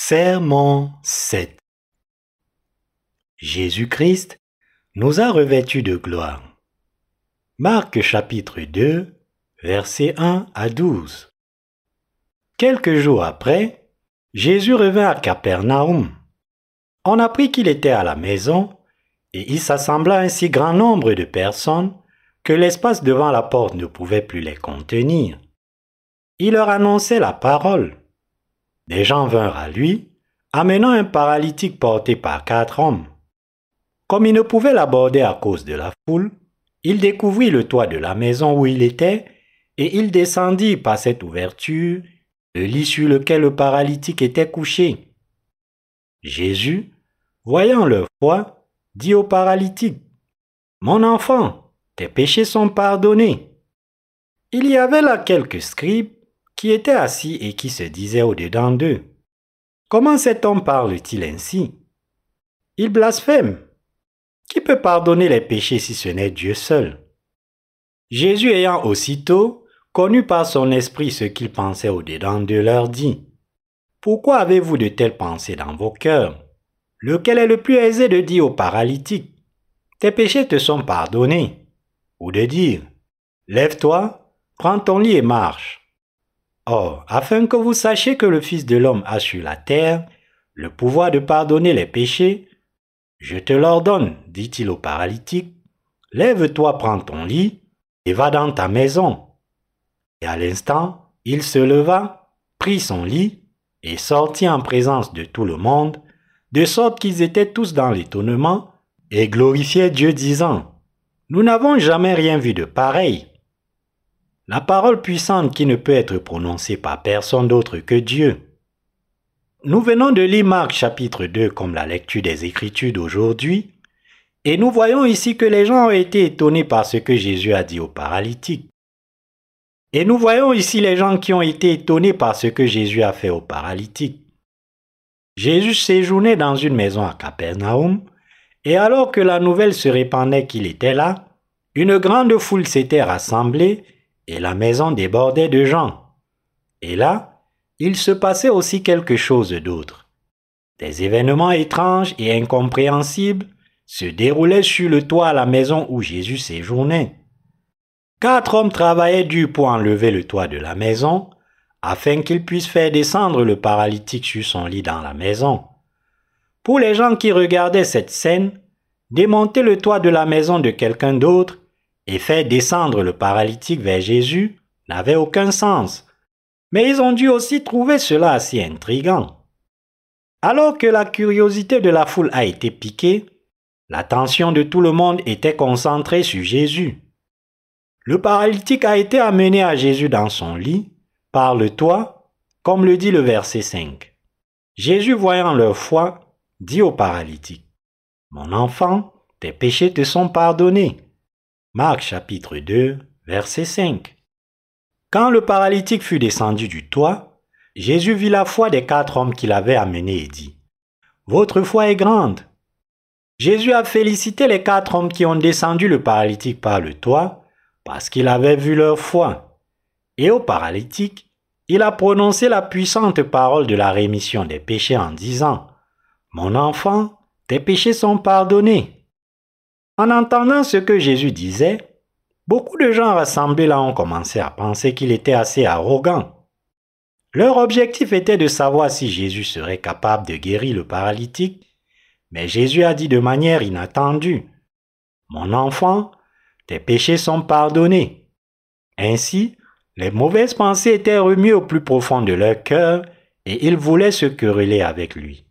Sermon 7. Jésus-Christ nous a revêtus de gloire. Marc chapitre 2, versets 1 à 12. Quelques jours après, Jésus revint à Capernaum. On apprit qu'il était à la maison, et il s'assembla un si grand nombre de personnes que l'espace devant la porte ne pouvait plus les contenir. Il leur annonçait la parole. Des gens vinrent à lui, amenant un paralytique porté par 4 hommes. Comme il ne pouvait l'aborder à cause de la foule, il découvrit le toit de la maison où il était, et il descendit par cette ouverture le lit sur lequel le paralytique était couché. Jésus, voyant leur foi, dit au paralytique, « Mon enfant, tes péchés sont pardonnés. » Il y avait là quelques scribes qui étaient assis et qui se disaient au-dedans d'eux, « Comment cet homme parle-t-il ainsi? Il blasphème. Qui peut pardonner les péchés si ce n'est Dieu seul? » Jésus ayant aussitôt connu par son esprit ce qu'ils pensaient au-dedans d'eux, leur dit, « Pourquoi avez-vous de telles pensées dans vos cœurs? Lequel est le plus aisé de dire au paralytique, « Tes péchés te sont pardonnés » ou de dire, « Lève-toi, prends ton lit et marche. » Or, afin que vous sachiez que le Fils de l'homme a sur la terre le pouvoir de pardonner les péchés, je te l'ordonne, dit-il au paralytique, lève-toi, prends ton lit et va dans ta maison. Et à l'instant, il se leva, prit son lit et sortit en présence de tout le monde, de sorte qu'ils étaient tous dans l'étonnement et glorifiaient Dieu disant, nous n'avons jamais rien vu de pareil. La parole puissante qui ne peut être prononcée par personne d'autre que Dieu. Nous venons de lire Marc chapitre 2 comme la lecture des Écritures d'aujourd'hui, et nous voyons ici que les gens ont été étonnés par ce que Jésus a dit au paralytique. Et nous voyons ici les gens qui ont été étonnés par ce que Jésus a fait au paralytique. Jésus séjournait dans une maison à Capernaum, et alors que la nouvelle se répandait qu'il était là, une grande foule s'était rassemblée, et la maison débordait de gens. Et là, il se passait aussi quelque chose d'autre. Des événements étranges et incompréhensibles se déroulaient sur le toit à la maison où Jésus séjournait. 4 hommes travaillaient dur pour enlever le toit de la maison, afin qu'ils puissent faire descendre le paralytique sur son lit dans la maison. Pour les gens qui regardaient cette scène, démonter le toit de la maison de quelqu'un d'autre et faire descendre le paralytique vers Jésus n'avait aucun sens. Mais ils ont dû aussi trouver cela assez intriguant. Alors que la curiosité de la foule a été piquée, l'attention de tout le monde était concentrée sur Jésus. Le paralytique a été amené à Jésus dans son lit, par le toit, comme le dit le verset 5. Jésus, voyant leur foi, dit au paralytique, « Mon enfant, tes péchés te sont pardonnés. » Marc chapitre 2, verset 5. Quand le paralytique fut descendu du toit, Jésus vit la foi des 4 hommes qu'il avait amenés et dit, « Votre foi est grande. » Jésus a félicité les 4 hommes qui ont descendu le paralytique par le toit parce qu'il avait vu leur foi. Et au paralytique, il a prononcé la puissante parole de la rémission des péchés en disant, « Mon enfant, tes péchés sont pardonnés. » En entendant ce que Jésus disait, beaucoup de gens rassemblés là ont commencé à penser qu'il était assez arrogant. Leur objectif était de savoir si Jésus serait capable de guérir le paralytique, mais Jésus a dit de manière inattendue, « Mon enfant, tes péchés sont pardonnés. » Ainsi, les mauvaises pensées étaient remuées au plus profond de leur cœur et ils voulaient se quereller avec lui.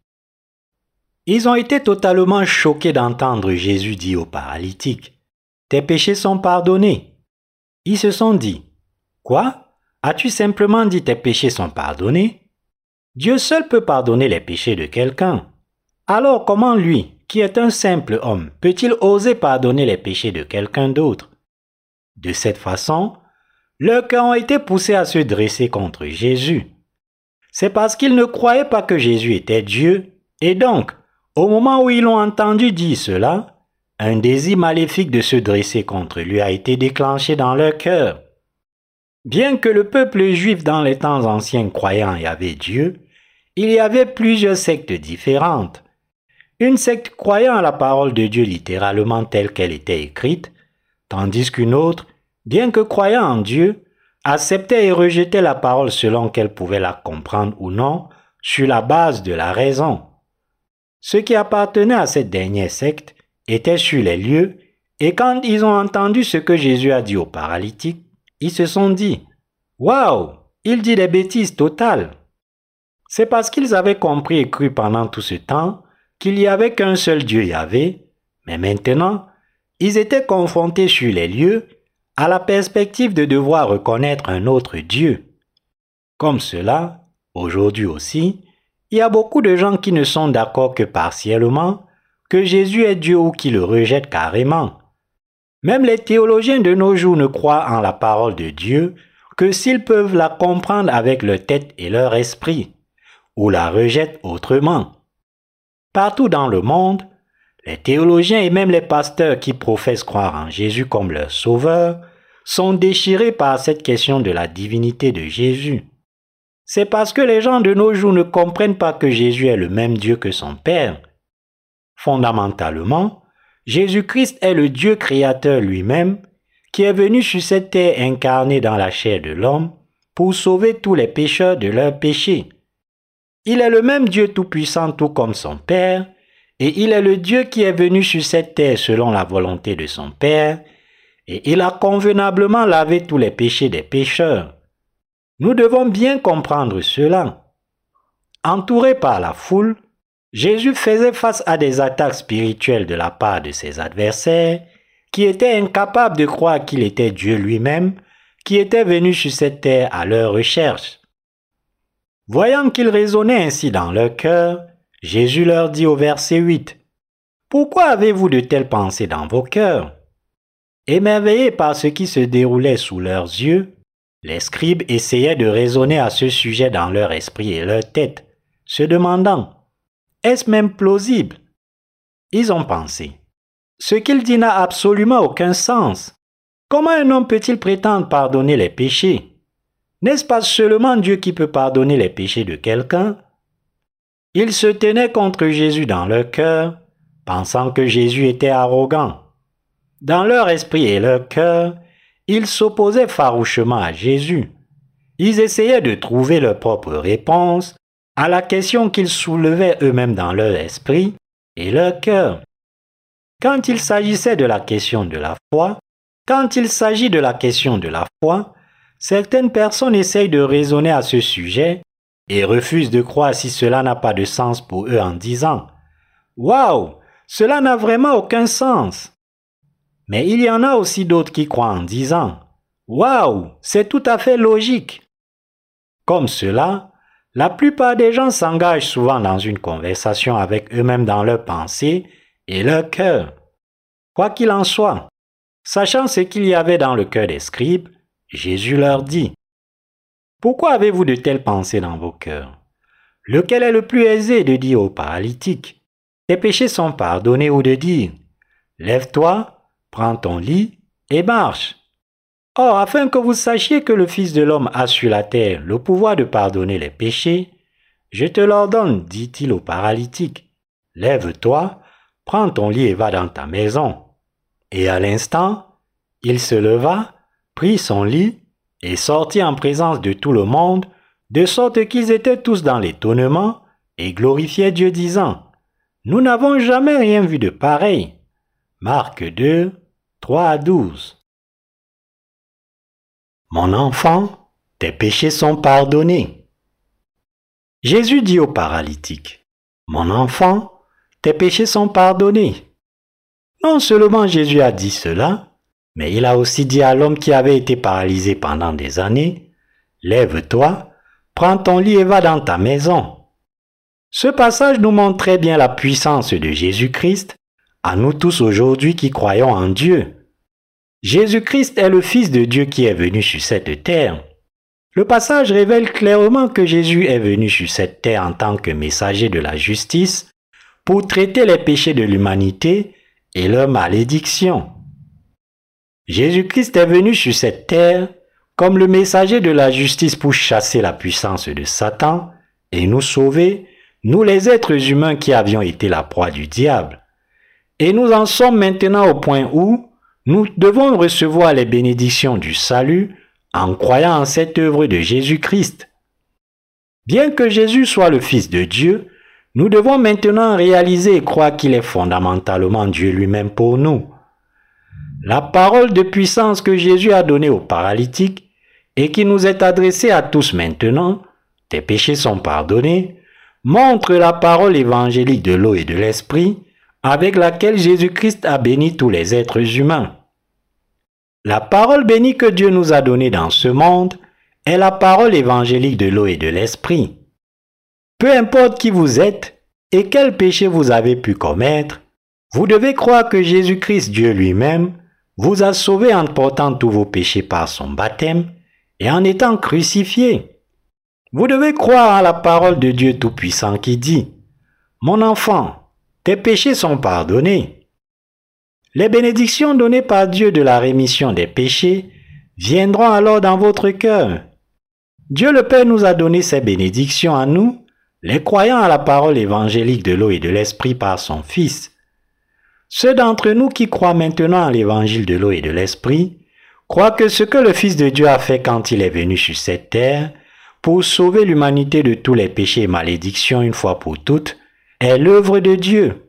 Ils ont été totalement choqués d'entendre Jésus dire au paralytique, « Tes péchés sont pardonnés. » Ils se sont dit, « Quoi? As-tu simplement dit tes péchés sont pardonnés? Dieu seul peut pardonner les péchés de quelqu'un. Alors comment lui, qui est un simple homme, peut-il oser pardonner les péchés de quelqu'un d'autre? » De cette façon, leurs cœurs ont été poussés à se dresser contre Jésus. C'est parce qu'ils ne croyaient pas que Jésus était Dieu, et donc, au moment où ils l'ont entendu dire cela, un désir maléfique de se dresser contre lui a été déclenché dans leur cœur. Bien que le peuple juif dans les temps anciens croyant y avait Dieu, il y avait plusieurs sectes différentes. Une secte croyant à la parole de Dieu littéralement telle qu'elle était écrite, tandis qu'une autre, bien que croyant en Dieu, acceptait et rejetait la parole selon qu'elle pouvait la comprendre ou non, sur la base de la raison. Ceux qui appartenaient à cette dernière secte étaient sur les lieux, et quand ils ont entendu ce que Jésus a dit aux paralytiques, ils se sont dit « Waouh, il dit des bêtises totales !» C'est parce qu'ils avaient compris et cru pendant tout ce temps qu'il n'y avait qu'un seul Dieu Yahvé, mais maintenant, ils étaient confrontés sur les lieux à la perspective de devoir reconnaître un autre Dieu. Comme cela, aujourd'hui aussi, il y a beaucoup de gens qui ne sont d'accord que partiellement que Jésus est Dieu ou qui le rejettent carrément. Même les théologiens de nos jours ne croient en la parole de Dieu que s'ils peuvent la comprendre avec leur tête et leur esprit, ou la rejettent autrement. Partout dans le monde, les théologiens et même les pasteurs qui professent croire en Jésus comme leur sauveur sont déchirés par cette question de la divinité de Jésus. C'est parce que les gens de nos jours ne comprennent pas que Jésus est le même Dieu que son Père. Fondamentalement, Jésus-Christ est le Dieu créateur lui-même qui est venu sur cette terre incarné dans la chair de l'homme pour sauver tous les pécheurs de leurs péchés. Il est le même Dieu tout-puissant tout comme son Père, et il est le Dieu qui est venu sur cette terre selon la volonté de son Père, et il a convenablement lavé tous les péchés des pécheurs. Nous devons bien comprendre cela. Entouré par la foule, Jésus faisait face à des attaques spirituelles de la part de ses adversaires, qui étaient incapables de croire qu'il était Dieu lui-même, qui était venu sur cette terre à leur recherche. Voyant qu'ils raisonnaient ainsi dans leur cœur, Jésus leur dit au verset 8, « Pourquoi avez-vous de telles pensées dans vos cœurs ?» Émerveillés par ce qui se déroulait sous leurs yeux, les scribes essayaient de raisonner à ce sujet dans leur esprit et leur tête, se demandant, « Est-ce même plausible ?» Ils ont pensé, « Ce qu'il dit n'a absolument aucun sens. Comment un homme peut-il prétendre pardonner les péchés ? N'est-ce pas seulement Dieu qui peut pardonner les péchés de quelqu'un ?» Ils se tenaient contre Jésus dans leur cœur, pensant que Jésus était arrogant. Dans leur esprit et leur cœur, ils s'opposaient farouchement à Jésus. Ils essayaient de trouver leur propre réponse à la question qu'ils soulevaient eux-mêmes dans leur esprit et leur cœur. Quand il s'agissait de la question de la foi, certaines personnes essayent de raisonner à ce sujet et refusent de croire si cela n'a pas de sens pour eux en disant « Waouh, cela n'a vraiment aucun sens !» Mais il y en a aussi d'autres qui croient en disant « Waouh, c'est tout à fait logique !» Comme cela, la plupart des gens s'engagent souvent dans une conversation avec eux-mêmes dans leurs pensées et leur cœur. Quoi qu'il en soit, sachant ce qu'il y avait dans le cœur des scribes, Jésus leur dit, « Pourquoi avez-vous de telles pensées dans vos cœurs? Lequel est le plus aisé de dire aux paralytiques, « Tes péchés sont pardonnés » ou de dire, « Lève-toi, prends ton lit et marche ». Or, afin que vous sachiez que le Fils de l'homme a sur la terre le pouvoir de pardonner les péchés, je te l'ordonne, dit-il aux paralytiques, « Lève-toi, prends ton lit et va dans ta maison. » Et à l'instant, il se leva, prit son lit et sortit en présence de tout le monde, de sorte qu'ils étaient tous dans l'étonnement et glorifiaient Dieu disant, « Nous n'avons jamais rien vu de pareil. » Marc 2, 3-12. Mon enfant, tes péchés sont pardonnés. Jésus dit au paralytique, « Mon enfant, tes péchés sont pardonnés. » Non seulement Jésus a dit cela, mais il a aussi dit à l'homme qui avait été paralysé pendant des années, « Lève-toi, prends ton lit et va dans ta maison. » Ce passage nous montre très bien la puissance de Jésus-Christ, à nous tous aujourd'hui qui croyons en Dieu. Jésus-Christ est le Fils de Dieu qui est venu sur cette terre. Le passage révèle clairement que Jésus est venu sur cette terre en tant que messager de la justice pour traiter les péchés de l'humanité et leurs malédictions. Jésus-Christ est venu sur cette terre comme le messager de la justice pour chasser la puissance de Satan et nous sauver, nous les êtres humains qui avions été la proie du diable. Et nous en sommes maintenant au point où nous devons recevoir les bénédictions du salut en croyant en cette œuvre de Jésus-Christ. Bien que Jésus soit le Fils de Dieu, nous devons maintenant réaliser et croire qu'il est fondamentalement Dieu lui-même pour nous. La parole de puissance que Jésus a donnée aux paralytiques et qui nous est adressée à tous maintenant, tes péchés sont pardonnés, montre la parole évangélique de l'eau et de l'esprit avec laquelle Jésus-Christ a béni tous les êtres humains. La parole bénie que Dieu nous a donnée dans ce monde est la parole évangélique de l'eau et de l'esprit. Peu importe qui vous êtes et quel péché vous avez pu commettre, vous devez croire que Jésus-Christ, Dieu lui-même, vous a sauvé en portant tous vos péchés par son baptême et en étant crucifié. Vous devez croire à la parole de Dieu Tout-Puissant qui dit « Mon enfant, tes péchés sont pardonnés. » Les bénédictions données par Dieu de la rémission des péchés viendront alors dans votre cœur. Dieu le Père nous a donné ces bénédictions à nous, les croyants à la parole évangélique de l'eau et de l'esprit par son Fils. Ceux d'entre nous qui croient maintenant à l'évangile de l'eau et de l'esprit croient que ce que le Fils de Dieu a fait quand il est venu sur cette terre pour sauver l'humanité de tous les péchés et malédictions une fois pour toutes est l'œuvre de Dieu.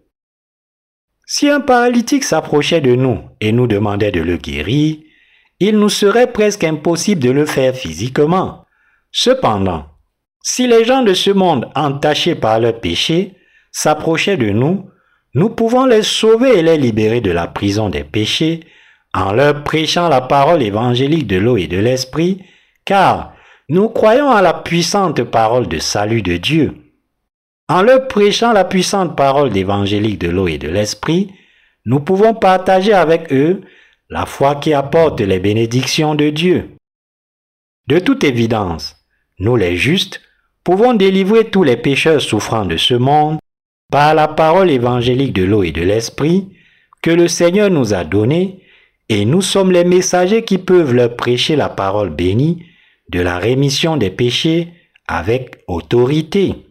Si un paralytique s'approchait de nous et nous demandait de le guérir, il nous serait presque impossible de le faire physiquement. Cependant, si les gens de ce monde entachés par leurs péchés s'approchaient de nous, nous pouvons les sauver et les libérer de la prison des péchés en leur prêchant la parole évangélique de l'eau et de l'esprit, car nous croyons à la puissante parole de salut de Dieu. En leur prêchant la puissante parole évangélique de l'eau et de l'esprit, nous pouvons partager avec eux la foi qui apporte les bénédictions de Dieu. De toute évidence, nous les justes pouvons délivrer tous les pécheurs souffrant de ce monde par la parole évangélique de l'eau et de l'esprit que le Seigneur nous a donnée, et nous sommes les messagers qui peuvent leur prêcher la parole bénie de la rémission des péchés avec autorité.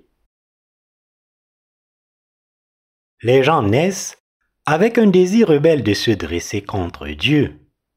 Les gens naissent avec un désir rebelle de se dresser contre Dieu.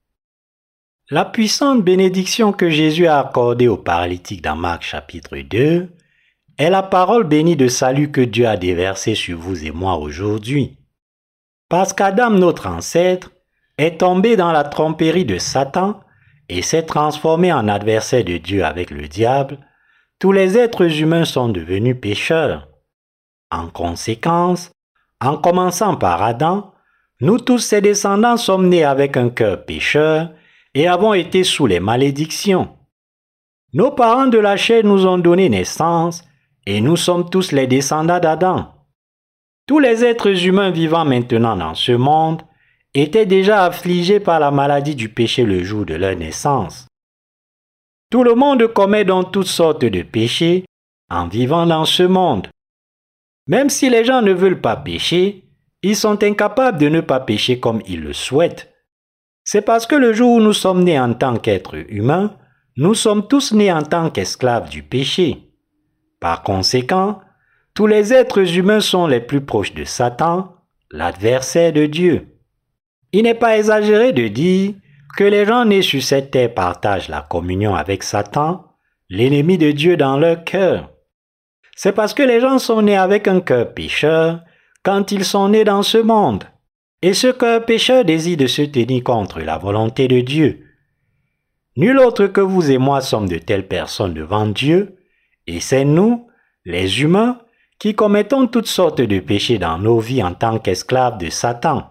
La puissante bénédiction que Jésus a accordée aux paralytiques dans Marc chapitre 2 est la parole bénie de salut que Dieu a déversée sur vous et moi aujourd'hui. Parce qu'Adam, notre ancêtre, est tombé dans la tromperie de Satan et s'est transformé en adversaire de Dieu avec le diable, tous les êtres humains sont devenus pécheurs. En conséquence, en commençant par Adam, nous tous ses descendants sommes nés avec un cœur pécheur et avons été sous les malédictions. Nos parents de la chair nous ont donné naissance et nous sommes tous les descendants d'Adam. Tous les êtres humains vivant maintenant dans ce monde étaient déjà affligés par la maladie du péché le jour de leur naissance. Tout le monde commet donc toutes sortes de péchés en vivant dans ce monde. Même si les gens ne veulent pas pécher, ils sont incapables de ne pas pécher comme ils le souhaitent. C'est parce que le jour où nous sommes nés en tant qu'êtres humains, nous sommes tous nés en tant qu'esclaves du péché. Par conséquent, tous les êtres humains sont les plus proches de Satan, l'adversaire de Dieu. Il n'est pas exagéré de dire que les gens nés sur cette terre partagent la communion avec Satan, l'ennemi de Dieu dans leur cœur. C'est parce que les gens sont nés avec un cœur pécheur quand ils sont nés dans ce monde. Et ce cœur pécheur désire de se tenir contre la volonté de Dieu. Nul autre que vous et moi sommes de telles personnes devant Dieu, et c'est nous, les humains, qui commettons toutes sortes de péchés dans nos vies en tant qu'esclaves de Satan.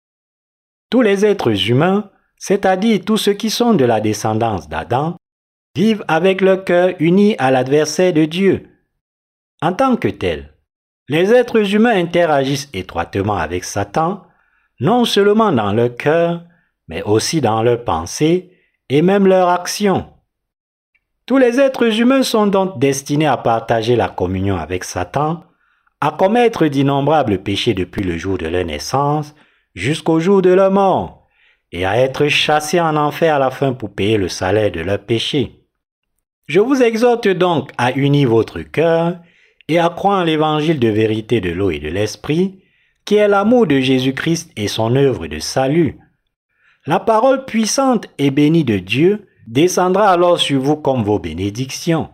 Tous les êtres humains, c'est-à-dire tous ceux qui sont de la descendance d'Adam, vivent avec leur cœur uni à l'adversaire de Dieu. En tant que tels, les êtres humains interagissent étroitement avec Satan, non seulement dans leur cœur, mais aussi dans leurs pensées et même leurs actions. Tous les êtres humains sont donc destinés à partager la communion avec Satan, à commettre d'innombrables péchés depuis le jour de leur naissance jusqu'au jour de leur mort, et à être chassés en enfer à la fin pour payer le salaire de leurs péchés. Je vous exhorte donc à unir votre cœur et à croire en l'évangile de vérité de l'eau et de l'esprit, qui est l'amour de Jésus-Christ et son œuvre de salut. La parole puissante et bénie de Dieu descendra alors sur vous comme vos bénédictions.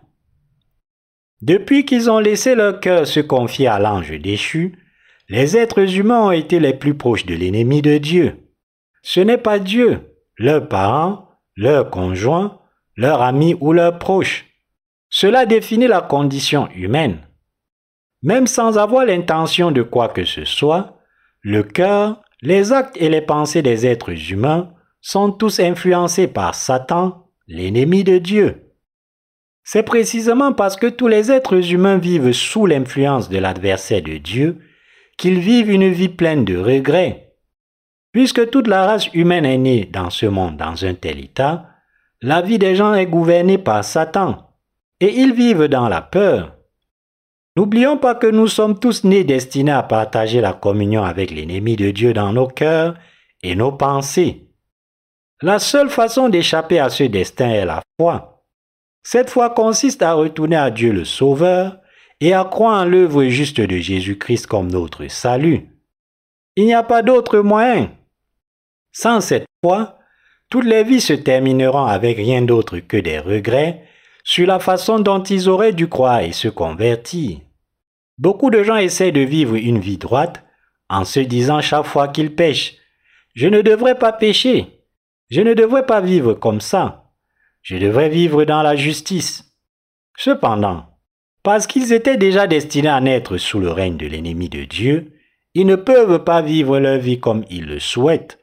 Depuis qu'ils ont laissé leur cœur se confier à l'ange déchu, les êtres humains ont été les plus proches de l'ennemi de Dieu. Ce n'est pas Dieu, leurs parents, leurs conjoints, leurs amis ou leurs proches. Cela définit la condition humaine. Même sans avoir l'intention de quoi que ce soit, le cœur, les actes et les pensées des êtres humains sont tous influencés par Satan, l'ennemi de Dieu. C'est précisément parce que tous les êtres humains vivent sous l'influence de l'adversaire de Dieu qu'ils vivent une vie pleine de regrets. Puisque toute la race humaine est née dans ce monde dans un tel état, la vie des gens est gouvernée par Satan et ils vivent dans la peur. N'oublions pas que nous sommes tous nés destinés à partager la communion avec l'ennemi de Dieu dans nos cœurs et nos pensées. La seule façon d'échapper à ce destin est la foi. Cette foi consiste à retourner à Dieu le Sauveur et à croire en l'œuvre juste de Jésus-Christ comme notre salut. Il n'y a pas d'autre moyen. Sans cette foi, toutes les vies se termineront avec rien d'autre que des regrets sur la façon dont ils auraient dû croire et se convertir. Beaucoup de gens essaient de vivre une vie droite en se disant chaque fois qu'ils pêchent « Je ne devrais pas pécher, je ne devrais pas vivre comme ça. Je devrais vivre dans la justice. » Cependant, parce qu'ils étaient déjà destinés à naître sous le règne de l'ennemi de Dieu, ils ne peuvent pas vivre leur vie comme ils le souhaitent.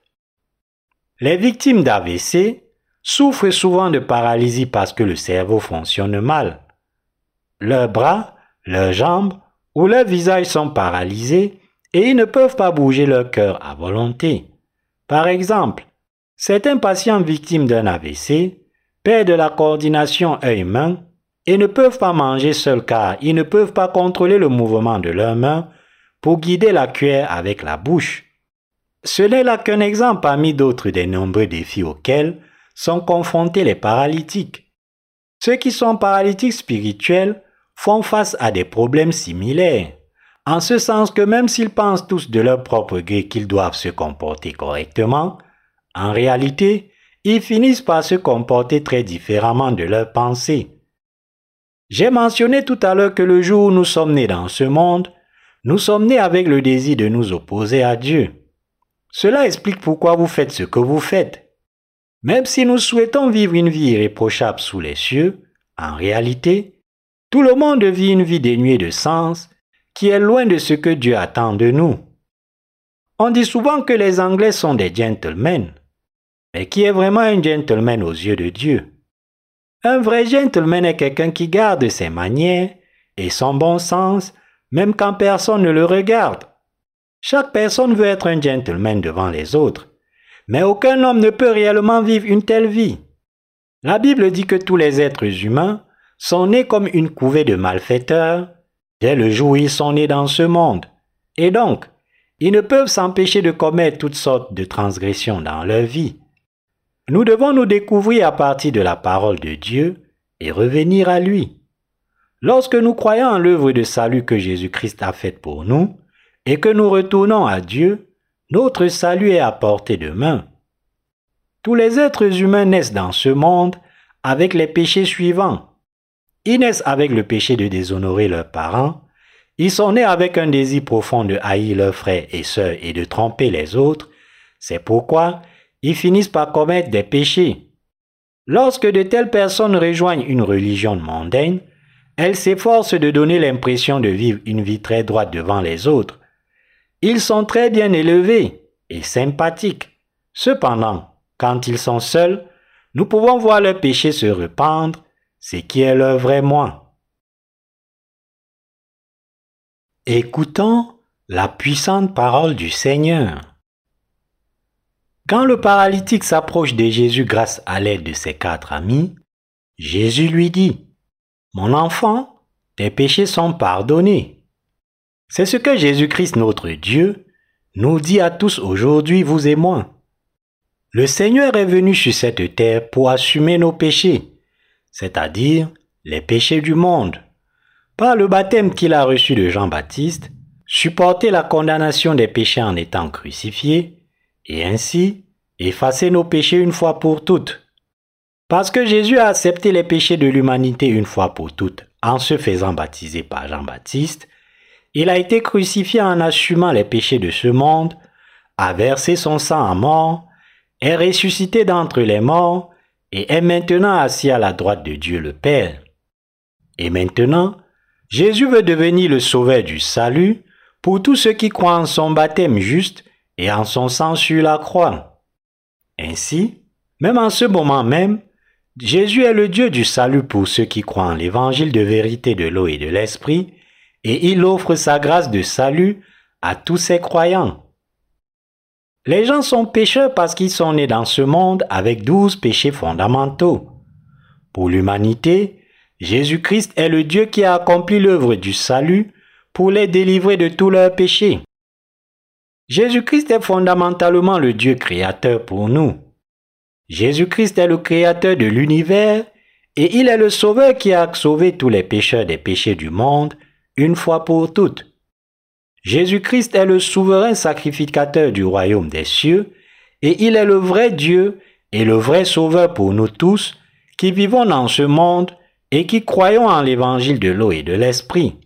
Les victimes d'AVC souffrent souvent de paralysie parce que le cerveau fonctionne mal. Leurs bras, leurs jambes ou leurs visages sont paralysés et ils ne peuvent pas bouger leur cœur à volonté. Par exemple, certains patients victimes d'un AVC perdent la coordination œil-main et ne peuvent pas manger seuls car ils ne peuvent pas contrôler le mouvement de leurs mains pour guider la cuillère avec la bouche. Ce n'est là qu'un exemple parmi d'autres des nombreux défis auxquels sont confrontés les paralytiques. Ceux qui sont paralytiques spirituels font face à des problèmes similaires, en ce sens que même s'ils pensent tous de leur propre gré qu'ils doivent se comporter correctement, en réalité, ils finissent par se comporter très différemment de leurs pensées. J'ai mentionné tout à l'heure que le jour où nous sommes nés dans ce monde, nous sommes nés avec le désir de nous opposer à Dieu. Cela explique pourquoi vous faites ce que vous faites. Même si nous souhaitons vivre une vie irréprochable sous les cieux, en réalité, tout le monde vit une vie dénuée de sens qui est loin de ce que Dieu attend de nous. On dit souvent que les Anglais sont des gentlemen. Mais qui est vraiment un gentleman aux yeux de Dieu? Un vrai gentleman est quelqu'un qui garde ses manières et son bon sens, même quand personne ne le regarde. Chaque personne veut être un gentleman devant les autres, mais aucun homme ne peut réellement vivre une telle vie. La Bible dit que tous les êtres humains sont nés comme une couvée de malfaiteurs dès le jour où ils sont nés dans ce monde, et donc, ils ne peuvent s'empêcher de commettre toutes sortes de transgressions dans leur vie. Nous devons nous découvrir à partir de la parole de Dieu et revenir à lui. Lorsque nous croyons en l'œuvre de salut que Jésus-Christ a faite pour nous et que nous retournons à Dieu, notre salut est à portée de main. Tous les êtres humains naissent dans ce monde avec les péchés suivants. Ils naissent avec le péché de déshonorer leurs parents. Ils sont nés avec un désir profond de haïr leurs frères et sœurs et de tromper les autres. C'est pourquoi ils finissent par commettre des péchés. Lorsque de telles personnes rejoignent une religion mondaine, elles s'efforcent de donner l'impression de vivre une vie très droite devant les autres. Ils sont très bien élevés et sympathiques. Cependant, quand ils sont seuls, nous pouvons voir leurs péchés se répandre, ce qui est leur vrai moi. Écoutons la puissante parole du Seigneur. Quand le paralytique s'approche de Jésus grâce à l'aide de ses 4 amis, Jésus lui dit « Mon enfant, tes péchés sont pardonnés. » C'est ce que Jésus-Christ notre Dieu nous dit à tous aujourd'hui, vous et moi. Le Seigneur est venu sur cette terre pour assumer nos péchés, c'est-à-dire les péchés du monde. par le baptême qu'il a reçu de Jean-Baptiste, supporter la condamnation des péchés en étant crucifié, et ainsi effacer nos péchés une fois pour toutes. Parce que Jésus a accepté les péchés de l'humanité une fois pour toutes en se faisant baptiser par Jean-Baptiste, il a été crucifié en assumant les péchés de ce monde, a versé son sang à mort, est ressuscité d'entre les morts et est maintenant assis à la droite de Dieu le Père. Et maintenant, Jésus veut devenir le sauveur du salut pour tous ceux qui croient en son baptême juste et en son sang sur la croix. Ainsi, même en ce moment même, Jésus est le Dieu du salut pour ceux qui croient en l'évangile de vérité de l'eau et de l'esprit, et il offre sa grâce de salut à tous ses croyants. Les gens sont pécheurs parce qu'ils sont nés dans ce monde avec 12 péchés fondamentaux. Pour l'humanité, Jésus-Christ est le Dieu qui a accompli l'œuvre du salut pour les délivrer de tous leurs péchés. Jésus-Christ est fondamentalement le Dieu créateur pour nous. Jésus-Christ est le créateur de l'univers et il est le sauveur qui a sauvé tous les pécheurs des péchés du monde une fois pour toutes. Jésus-Christ est le souverain sacrificateur du royaume des cieux et il est le vrai Dieu et le vrai sauveur pour nous tous qui vivons dans ce monde et qui croyons en l'évangile de l'eau et de l'esprit.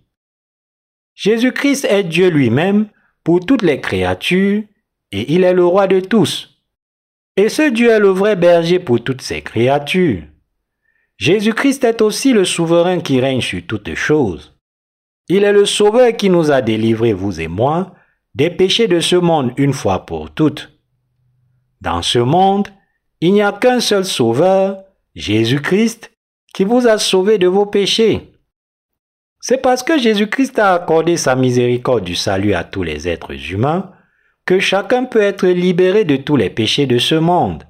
Jésus-Christ est Dieu lui-même pour toutes les créatures et il est le roi de tous. Et ce Dieu est le vrai berger pour toutes ses créatures. Jésus-Christ est aussi le souverain qui règne sur toutes choses. Il est le sauveur qui nous a délivrés, vous et moi, des péchés de ce monde une fois pour toutes. Dans ce monde, il n'y a qu'un seul sauveur, Jésus-Christ, qui vous a sauvés de vos péchés. C'est parce que Jésus-Christ a accordé sa miséricorde du salut à tous les êtres humains que chacun peut être libéré de tous les péchés de ce monde.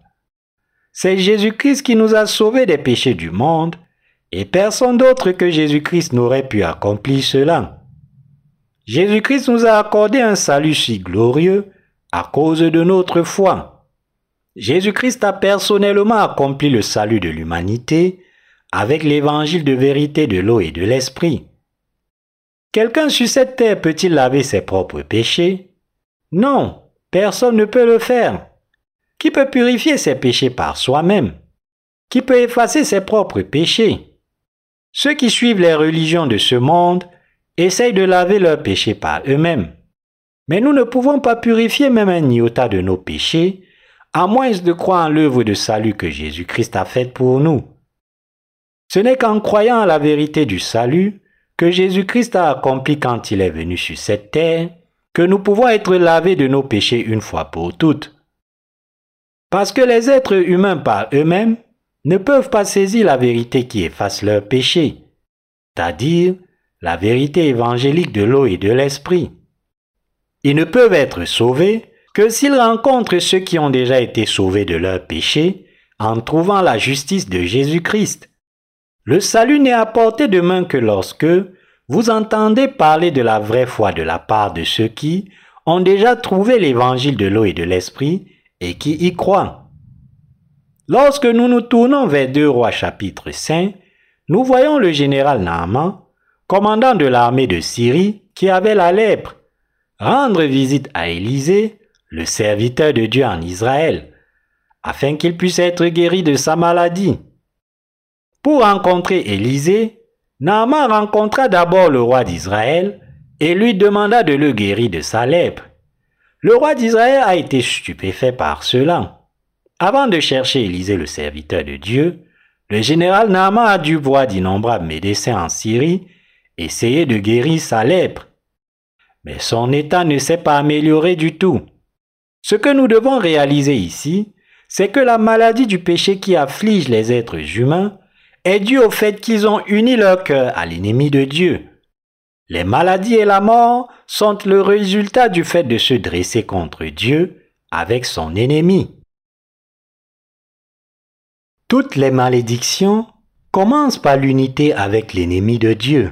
C'est Jésus-Christ qui nous a sauvés des péchés du monde et personne d'autre que Jésus-Christ n'aurait pu accomplir cela. Jésus-Christ nous a accordé un salut si glorieux à cause de notre foi. Jésus-Christ a personnellement accompli le salut de l'humanité avec l'évangile de vérité de l'eau et de l'esprit. Quelqu'un sur cette terre peut-il laver ses propres péchés? Non, personne ne peut le faire. Qui peut purifier ses péchés par soi-même? Qui peut effacer ses propres péchés? Ceux qui suivent les religions de ce monde essayent de laver leurs péchés par eux-mêmes. Mais nous ne pouvons pas purifier même un iota de nos péchés, à moins de croire en l'œuvre de salut que Jésus-Christ a faite pour nous. Ce n'est qu'en croyant à la vérité du salut que Jésus-Christ a accompli quand il est venu sur cette terre, que nous pouvons être lavés de nos péchés une fois pour toutes. Parce que les êtres humains par eux-mêmes ne peuvent pas saisir la vérité qui efface leurs péchés, c'est-à-dire la vérité évangélique de l'eau et de l'esprit. Ils ne peuvent être sauvés que s'ils rencontrent ceux qui ont déjà été sauvés de leurs péchés en trouvant la justice de Jésus-Christ. Le salut n'est apporté de main que lorsque vous entendez parler de la vraie foi de la part de ceux qui ont déjà trouvé l'évangile de l'eau et de l'esprit et qui y croient. Lorsque nous nous tournons vers 2 Rois chapitre 5, nous voyons le général Naaman, commandant de l'armée de Syrie, qui avait la lèpre, rendre visite à Élisée, le serviteur de Dieu en Israël, afin qu'il puisse être guéri de sa maladie. Pour rencontrer Élisée, Naaman rencontra d'abord le roi d'Israël et lui demanda de le guérir de sa lèpre. Le roi d'Israël a été stupéfait par cela. Avant de chercher Élisée le serviteur de Dieu, le général Naaman a dû voir d'innombrables médecins en Syrie essayer de guérir sa lèpre. Mais son état ne s'est pas amélioré du tout. Ce que nous devons réaliser ici, c'est que la maladie du péché qui afflige les êtres humains est due au fait qu'ils ont uni leur cœur à l'ennemi de Dieu. Les maladies et la mort sont le résultat du fait de se dresser contre Dieu avec son ennemi. Toutes les malédictions commencent par l'unité avec l'ennemi de Dieu.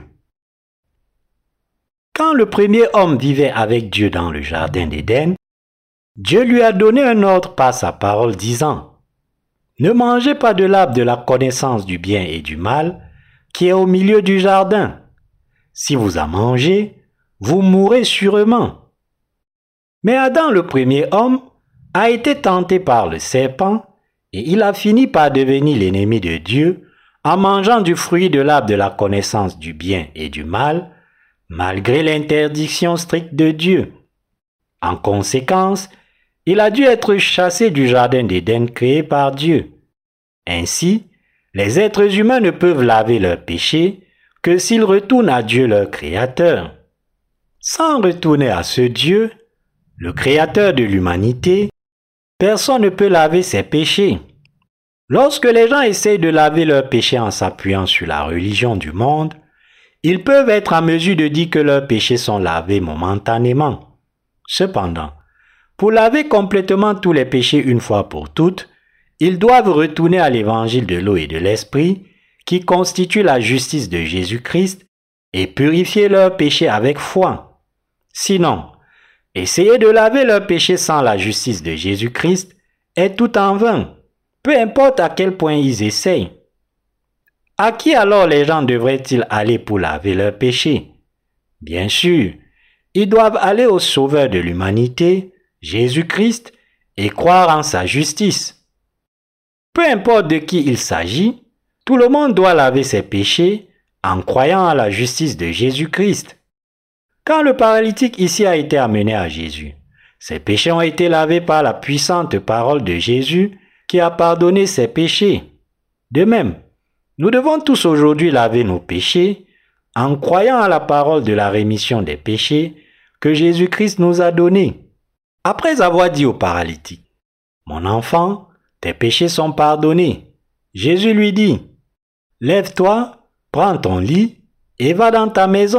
Quand le premier homme vivait avec Dieu dans le jardin d'Éden, Dieu lui a donné un ordre par sa parole disant « Ne mangez pas de l'arbre de la connaissance du bien et du mal qui est au milieu du jardin. si vous en mangez, vous mourrez sûrement. Mais Adam, le premier homme, a été tenté par le serpent et il a fini par devenir l'ennemi de Dieu en mangeant du fruit de l'arbre de la connaissance du bien et du mal, malgré l'interdiction stricte de Dieu. En conséquence, il a dû être chassé du jardin d'Éden créé par Dieu. Ainsi, les êtres humains ne peuvent laver leurs péchés que s'ils retournent à Dieu leur Créateur. Sans retourner à ce Dieu, le Créateur de l'humanité, personne ne peut laver ses péchés. Lorsque les gens essayent de laver leurs péchés en s'appuyant sur la religion du monde, ils peuvent être en mesure de dire que leurs péchés sont lavés momentanément. Cependant, pour laver complètement tous les péchés une fois pour toutes, ils doivent retourner à l'évangile de l'eau et de l'esprit, qui constitue la justice de Jésus-Christ, et purifier leurs péchés avec foi. Sinon, essayer de laver leurs péchés sans la justice de Jésus-Christ est tout en vain, peu importe à quel point ils essayent. À qui alors les gens devraient-ils aller pour laver leurs péchés? Bien sûr, ils doivent aller au Sauveur de l'humanité, Jésus-Christ, et croire en sa justice. Peu importe de qui il s'agit, tout le monde doit laver ses péchés en croyant à la justice de Jésus-Christ. Quand le paralytique ici a été amené à Jésus, ses péchés ont été lavés par la puissante parole de Jésus qui a pardonné ses péchés. De même, nous devons tous aujourd'hui laver nos péchés en croyant à la parole de la rémission des péchés que Jésus-Christ nous a donnée. Après avoir dit au paralytique, « Mon enfant, tes péchés sont pardonnés », Jésus lui dit, « Lève-toi, prends ton lit et va dans ta maison. »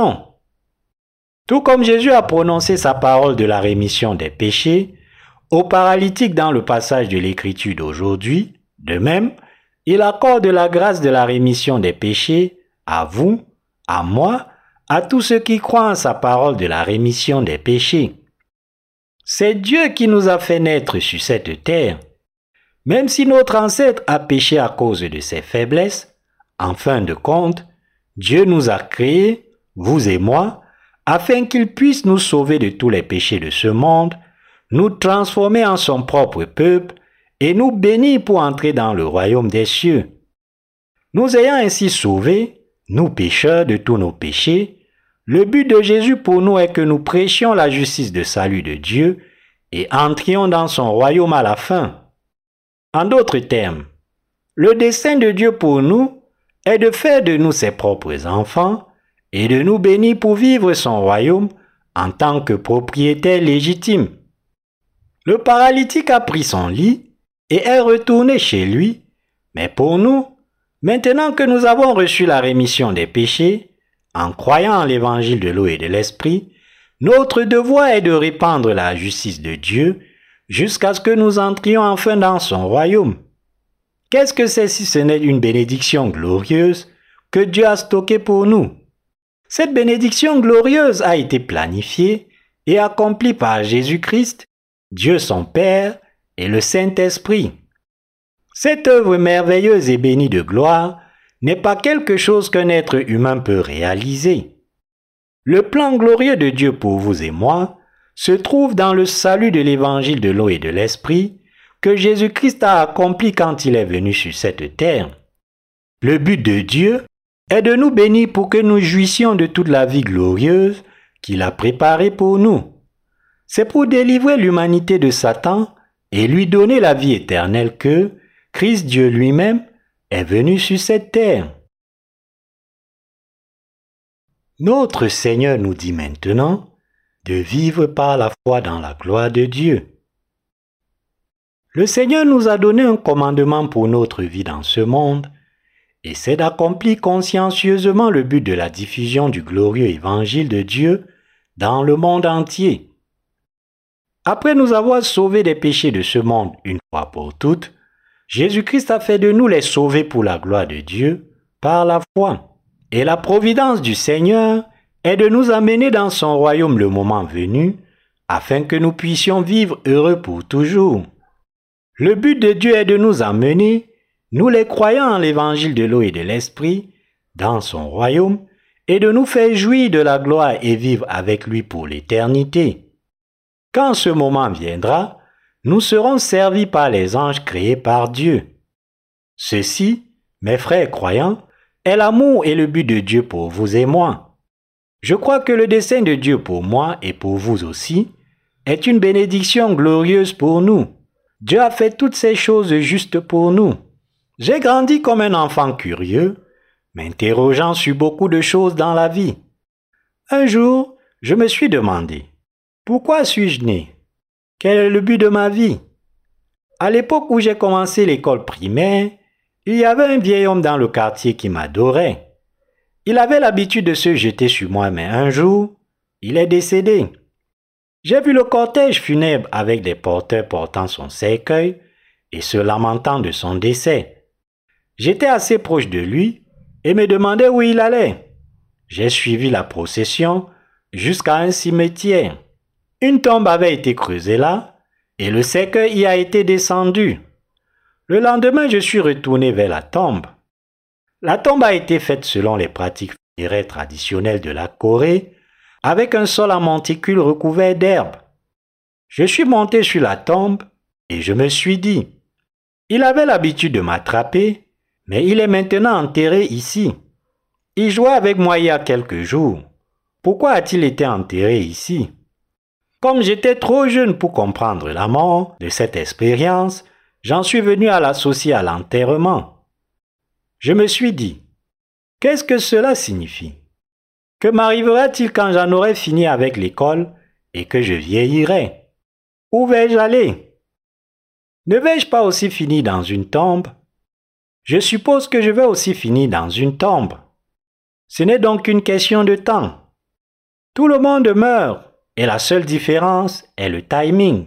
Tout comme Jésus a prononcé sa parole de la rémission des péchés au paralytique dans le passage de l'Écriture d'aujourd'hui, de même, il accorde la grâce de la rémission des péchés à vous, à moi, à tous ceux qui croient en sa parole de la rémission des péchés. C'est Dieu qui nous a fait naître sur cette terre. Même si notre ancêtre a péché à cause de ses faiblesses, en fin de compte, Dieu nous a créés, vous et moi, afin qu'il puisse nous sauver de tous les péchés de ce monde, nous transformer en son propre peuple et nous bénir pour entrer dans le royaume des cieux. Nous ayant ainsi sauvés, nous pécheurs, de tous nos péchés, le but de Jésus pour nous est que nous prêchions la justice de salut de Dieu et entrions dans son royaume à la fin. En d'autres termes, le dessein de Dieu pour nous est de faire de nous ses propres enfants et de nous bénir pour vivre son royaume en tant que propriétaires légitimes. Le paralytique a pris son lit et est retourné chez lui, mais pour nous, maintenant que nous avons reçu la rémission des péchés, en croyant en l'évangile de l'eau et de l'esprit, notre devoir est de répandre la justice de Dieu jusqu'à ce que nous entrions enfin dans son royaume. Qu'est-ce que c'est si ce n'est une bénédiction glorieuse que Dieu a stockée pour nous? Cette bénédiction glorieuse a été planifiée et accomplie par Jésus-Christ, Dieu son Père et le Saint-Esprit. Cette œuvre merveilleuse et bénie de gloire n'est pas quelque chose qu'un être humain peut réaliser. Le plan glorieux de Dieu pour vous et moi se trouve dans le salut de l'évangile de l'eau et de l'esprit que Jésus-Christ a accompli quand il est venu sur cette terre. Le but de Dieu est de nous bénir pour que nous jouissions de toute la vie glorieuse qu'il a préparée pour nous. C'est pour délivrer l'humanité de Satan et lui donner la vie éternelle que Christ Dieu lui-même est venu sur cette terre. Notre Seigneur nous dit maintenant de vivre par la foi dans la gloire de Dieu. Le Seigneur nous a donné un commandement pour notre vie dans ce monde, et c'est d'accomplir consciencieusement le but de la diffusion du glorieux évangile de Dieu dans le monde entier. Après nous avoir sauvés des péchés de ce monde une fois pour toutes, Jésus-Christ a fait de nous les sauvés pour la gloire de Dieu par la foi. Et la providence du Seigneur est de nous amener dans son royaume le moment venu, afin que nous puissions vivre heureux pour toujours. Le but de Dieu est de nous amener, nous les croyants en l'évangile de l'eau et de l'esprit, dans son royaume, et de nous faire jouir de la gloire et vivre avec lui pour l'éternité. Quand ce moment viendra, nous serons servis par les anges créés par Dieu. Ceci, mes frères croyants, est l'amour et le but de Dieu pour vous et moi. Je crois que le dessein de Dieu pour moi et pour vous aussi est une bénédiction glorieuse pour nous. Dieu a fait toutes ces choses justes pour nous. J'ai grandi comme un enfant curieux, m'interrogeant sur beaucoup de choses dans la vie. Un jour, je me suis demandé, pourquoi suis-je né? Quel est le but de ma vie? À l'époque où j'ai commencé l'école primaire, il y avait un vieil homme dans le quartier qui m'adorait. Il avait l'habitude de se jeter sur moi, mais un jour, il est décédé. J'ai vu le cortège funèbre avec des porteurs portant son cercueil et se lamentant de son décès. J'étais assez proche de lui et me demandais où il allait. J'ai suivi la procession jusqu'à un cimetière. Une tombe avait été creusée là et le cercueil y a été descendu. Le lendemain, je suis retourné vers la tombe. La tombe a été faite selon les pratiques funéraires traditionnelles de la Corée, avec un sol en monticule recouvert d'herbe. Je suis monté sur la tombe et je me suis dit, il avait l'habitude de m'attraper, mais il est maintenant enterré ici. Il jouait avec moi il y a quelques jours. Pourquoi a-t-il été enterré ici? Comme j'étais trop jeune pour comprendre la mort de cette expérience, j'en suis venu à l'associer à l'enterrement. Je me suis dit, qu'est-ce que cela signifie? Que m'arrivera-t-il quand j'en aurai fini avec l'école et que je vieillirai? Où vais-je aller? Ne vais-je pas aussi finir dans une tombe? Je suppose que je vais aussi finir dans une tombe. Ce n'est donc qu'une question de temps. Tout le monde meurt et la seule différence est le timing.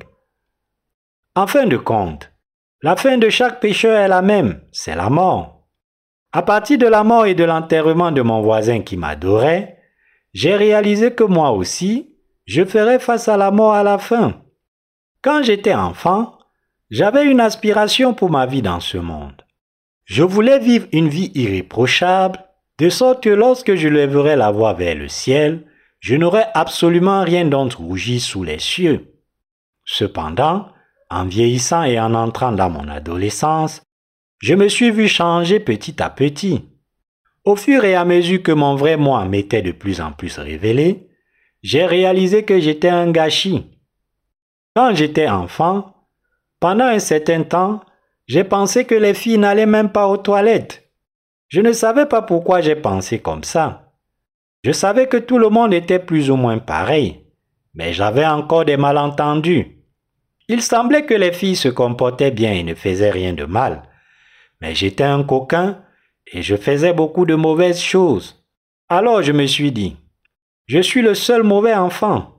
En fin de compte, la fin de chaque pécheur est la même, c'est la mort. À partir de la mort et de l'enterrement de mon voisin qui m'adorait, j'ai réalisé que moi aussi, je ferais face à la mort à la fin. Quand j'étais enfant, j'avais une aspiration pour ma vie dans ce monde. Je voulais vivre une vie irréprochable, de sorte que lorsque je lèverais la voix vers le ciel, je n'aurais absolument rien d'autre rougir sous les cieux. Cependant, en vieillissant et en entrant dans mon adolescence, je me suis vu changer petit à petit. Au fur et à mesure que mon vrai moi m'était de plus en plus révélé, j'ai réalisé que j'étais un gâchis. Quand j'étais enfant, pendant un certain temps, j'ai pensé que les filles n'allaient même pas aux toilettes. Je ne savais pas pourquoi j'ai pensé comme ça. Je savais que tout le monde était plus ou moins pareil, mais j'avais encore des malentendus. Il semblait que les filles se comportaient bien et ne faisaient rien de mal, mais j'étais un coquin et je faisais beaucoup de mauvaises choses. Alors je me suis dit, je suis le seul mauvais enfant.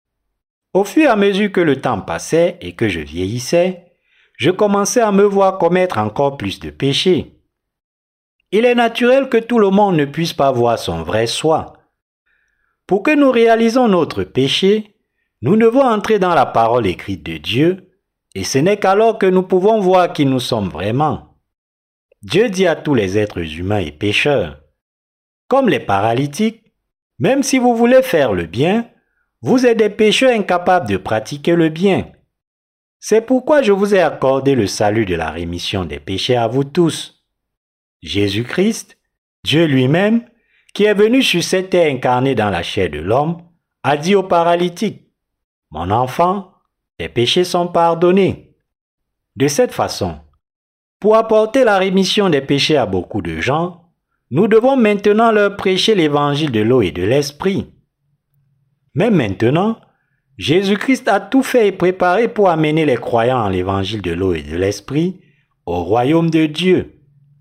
Au fur et à mesure que le temps passait et que je vieillissais, je commençais à me voir commettre encore plus de péchés. Il est naturel que tout le monde ne puisse pas voir son vrai soi. Pour que nous réalisons notre péché, nous devons entrer dans la parole écrite de Dieu, et ce n'est qu'alors que nous pouvons voir qui nous sommes vraiment. Dieu dit à tous les êtres humains et pécheurs, comme les paralytiques, même si vous voulez faire le bien, vous êtes des pécheurs incapables de pratiquer le bien. C'est pourquoi je vous ai accordé le salut de la rémission des péchés à vous tous. Jésus-Christ, Dieu lui-même, qui est venu sur cette terre incarnée dans la chair de l'homme, a dit aux paralytiques, « Mon enfant, tes péchés sont pardonnés. » De cette façon, pour apporter la rémission des péchés à beaucoup de gens, nous devons maintenant leur prêcher l'évangile de l'eau et de l'esprit. Mais maintenant, Jésus-Christ a tout fait et préparé pour amener les croyants en l'évangile de l'eau et de l'esprit au royaume de Dieu.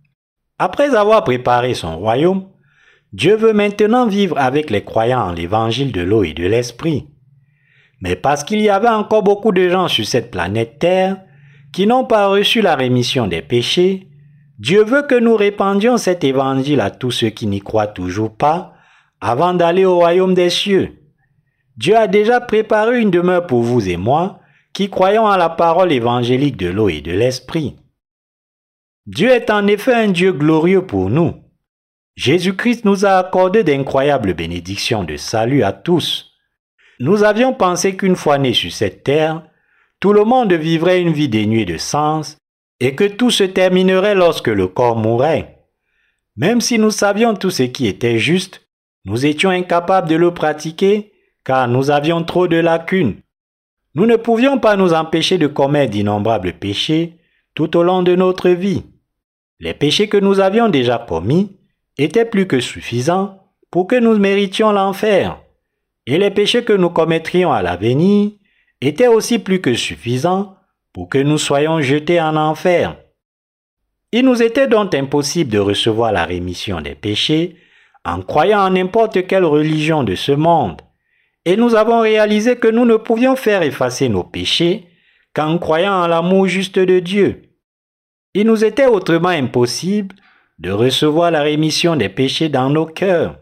Après avoir préparé son royaume, Dieu veut maintenant vivre avec les croyants en l'évangile de l'eau et de l'esprit. Mais parce qu'il y avait encore beaucoup de gens sur cette planète Terre qui n'ont pas reçu la rémission des péchés, Dieu veut que nous répandions cet évangile à tous ceux qui n'y croient toujours pas avant d'aller au royaume des cieux. Dieu a déjà préparé une demeure pour vous et moi qui croyons à la parole évangélique de l'eau et de l'esprit. Dieu est en effet un Dieu glorieux pour nous. Jésus-Christ nous a accordé d'incroyables bénédictions de salut à tous. Nous avions pensé qu'une fois nés sur cette terre, tout le monde vivrait une vie dénuée de sens et que tout se terminerait lorsque le corps mourrait. Même si nous savions tout ce qui était juste, nous étions incapables de le pratiquer car nous avions trop de lacunes. Nous ne pouvions pas nous empêcher de commettre d'innombrables péchés tout au long de notre vie. Les péchés que nous avions déjà commis étaient plus que suffisants pour que nous méritions l'enfer. Et les péchés que nous commettrions à l'avenir étaient aussi plus que suffisants pour que nous soyons jetés en enfer. Il nous était donc impossible de recevoir la rémission des péchés en croyant en n'importe quelle religion de ce monde. Et nous avons réalisé que nous ne pouvions faire effacer nos péchés qu'en croyant en l'amour juste de Dieu. Il nous était autrement impossible de recevoir la rémission des péchés dans nos cœurs.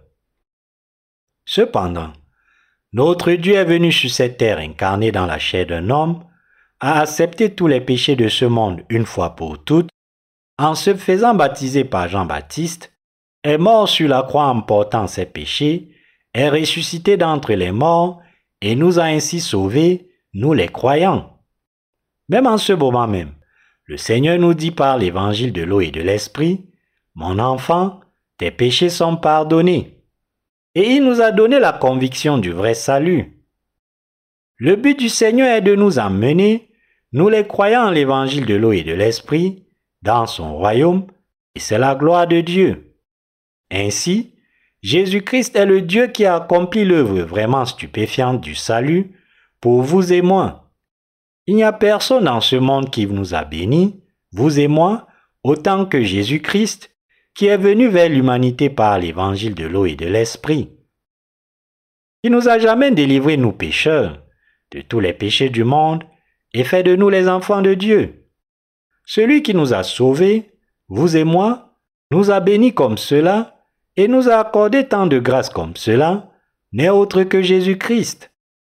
Cependant, notre Dieu est venu sur cette terre incarné dans la chair d'un homme, a accepté tous les péchés de ce monde une fois pour toutes, en se faisant baptiser par Jean-Baptiste, est mort sur la croix en portant ses péchés, est ressuscité d'entre les morts et nous a ainsi sauvés, nous les croyants. Même en ce moment même, le Seigneur nous dit par l'évangile de l'eau et de l'esprit, « Mon enfant, tes péchés sont pardonnés. » Et il nous a donné la conviction du vrai salut. Le but du Seigneur est de nous emmener, nous les croyants en l'évangile de l'eau et de l'esprit, dans son royaume, et c'est la gloire de Dieu. Ainsi, Jésus-Christ est le Dieu qui a accompli l'œuvre vraiment stupéfiante du salut pour vous et moi. Il n'y a personne dans ce monde qui nous a bénis, vous et moi, autant que Jésus-Christ, qui est venu vers l'humanité par l'évangile de l'eau et de l'esprit. Il nous a jamais délivrés, nous pécheurs, de tous les péchés du monde et fait de nous les enfants de Dieu. Celui qui nous a sauvés, vous et moi, nous a bénis comme cela et nous a accordé tant de grâce comme cela, n'est autre que Jésus-Christ.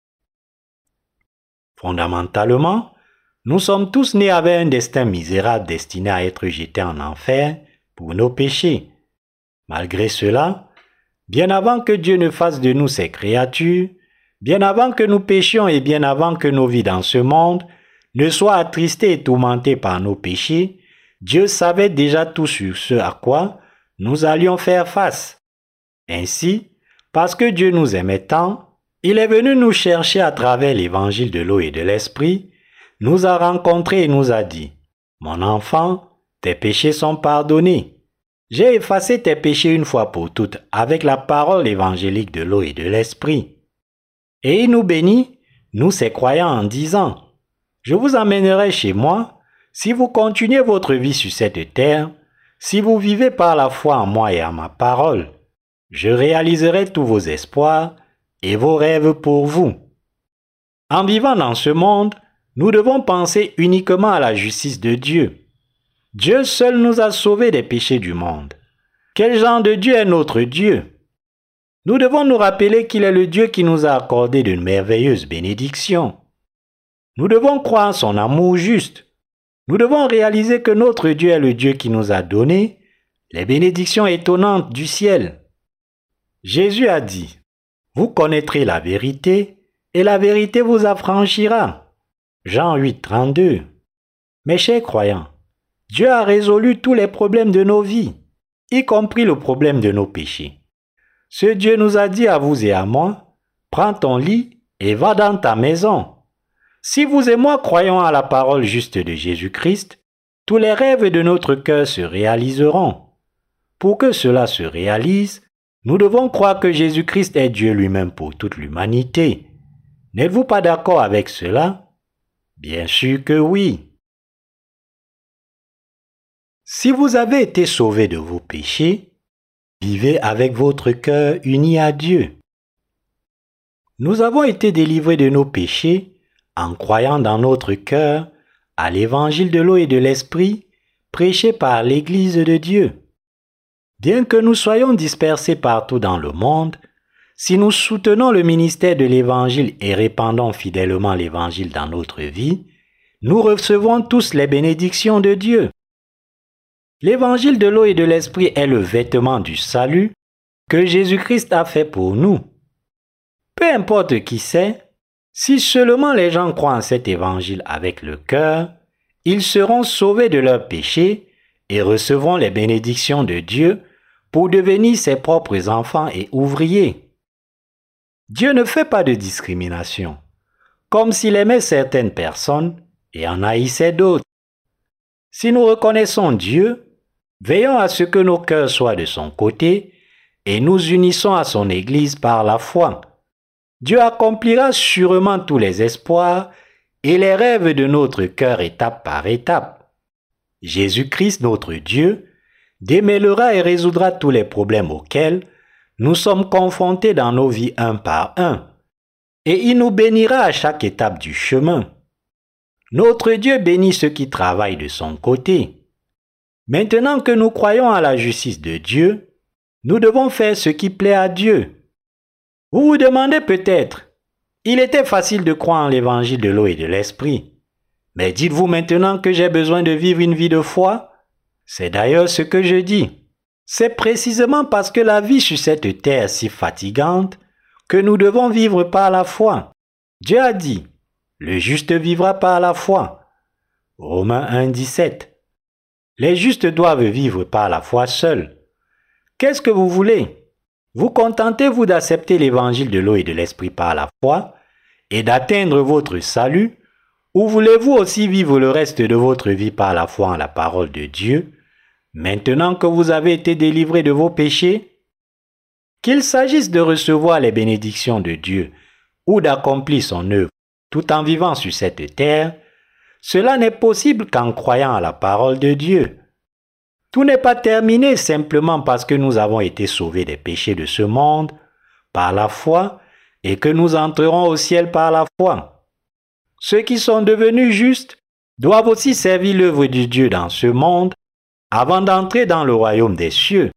Fondamentalement, nous sommes tous nés avec un destin misérable destiné à être jetés en enfer pour nos péchés. Malgré cela, bien avant que Dieu ne fasse de nous ses créatures, bien avant que nous péchions et bien avant que nos vies dans ce monde ne soient attristées et tourmentées par nos péchés, Dieu savait déjà tout sur ce à quoi nous allions faire face. Ainsi, parce que Dieu nous aimait tant, il est venu nous chercher à travers l'évangile de l'eau et de l'esprit, nous a rencontrés et nous a dit, « Mon enfant, tes péchés sont pardonnés. J'ai effacé tes péchés une fois pour toutes avec la parole évangélique de l'eau et de l'esprit. » Et il nous bénit, nous ses croyants, en disant, « Je vous emmènerai chez moi si vous continuez votre vie sur cette terre, si vous vivez par la foi en moi et en ma parole. Je réaliserai tous vos espoirs et vos rêves pour vous. » En vivant dans ce monde, nous devons penser uniquement à la justice de Dieu. Dieu seul nous a sauvés des péchés du monde. Quel genre de Dieu est notre Dieu? Nous devons nous rappeler qu'il est le Dieu qui nous a accordé de merveilleuses bénédictions. Nous devons croire en son amour juste. Nous devons réaliser que notre Dieu est le Dieu qui nous a donné les bénédictions étonnantes du ciel. Jésus a dit, « Vous connaîtrez la vérité et la vérité vous affranchira. » Jean 8, 32. Mes chers croyants, Dieu a résolu tous les problèmes de nos vies, y compris le problème de nos péchés. Ce Dieu nous a dit à vous et à moi, « Prends ton lit et va dans ta maison. » Si vous et moi croyons à la parole juste de Jésus-Christ, tous les rêves de notre cœur se réaliseront. Pour que cela se réalise, nous devons croire que Jésus-Christ est Dieu lui-même pour toute l'humanité. N'êtes-vous pas d'accord avec cela? Bien sûr que oui. Si vous avez été sauvés de vos péchés, vivez avec votre cœur uni à Dieu. Nous avons été délivrés de nos péchés en croyant dans notre cœur à l'évangile de l'eau et de l'esprit prêché par l'Église de Dieu. Bien que nous soyons dispersés partout dans le monde, si nous soutenons le ministère de l'Évangile et répandons fidèlement l'Évangile dans notre vie, nous recevons tous les bénédictions de Dieu. L'évangile de l'eau et de l'esprit est le vêtement du salut que Jésus-Christ a fait pour nous. Peu importe qui c'est, si seulement les gens croient en cet évangile avec le cœur, ils seront sauvés de leurs péchés et recevront les bénédictions de Dieu pour devenir ses propres enfants et ouvriers. Dieu ne fait pas de discrimination, comme s'il aimait certaines personnes et en haïssait d'autres. Si nous reconnaissons Dieu, veillons à ce que nos cœurs soient de son côté et nous unissons à son Église par la foi. Dieu accomplira sûrement tous les espoirs et les rêves de notre cœur étape par étape. Jésus-Christ, notre Dieu, démêlera et résoudra tous les problèmes auxquels nous sommes confrontés dans nos vies un par un, et il nous bénira à chaque étape du chemin. Notre Dieu bénit ceux qui travaillent de son côté. Maintenant que nous croyons à la justice de Dieu, nous devons faire ce qui plaît à Dieu. Vous vous demandez peut-être, il était facile de croire en l'évangile de l'eau et de l'esprit. Mais dites-vous maintenant que j'ai besoin de vivre une vie de foi? C'est d'ailleurs ce que je dis. C'est précisément parce que la vie sur cette terre est si fatigante que nous devons vivre par la foi. Dieu a dit, le juste vivra par la foi. Romains 1, 17. Les justes doivent vivre par la foi seuls. Qu'est-ce que vous voulez? Vous contentez-vous d'accepter l'évangile de l'eau et de l'esprit par la foi et d'atteindre votre salut, ou voulez-vous aussi vivre le reste de votre vie par la foi en la parole de Dieu, maintenant que vous avez été délivrés de vos péchés? Qu'il s'agisse de recevoir les bénédictions de Dieu ou d'accomplir son œuvre tout en vivant sur cette terre, cela n'est possible qu'en croyant à la parole de Dieu. Tout n'est pas terminé simplement parce que nous avons été sauvés des péchés de ce monde par la foi et que nous entrerons au ciel par la foi. Ceux qui sont devenus justes doivent aussi servir l'œuvre de Dieu dans ce monde avant d'entrer dans le royaume des cieux.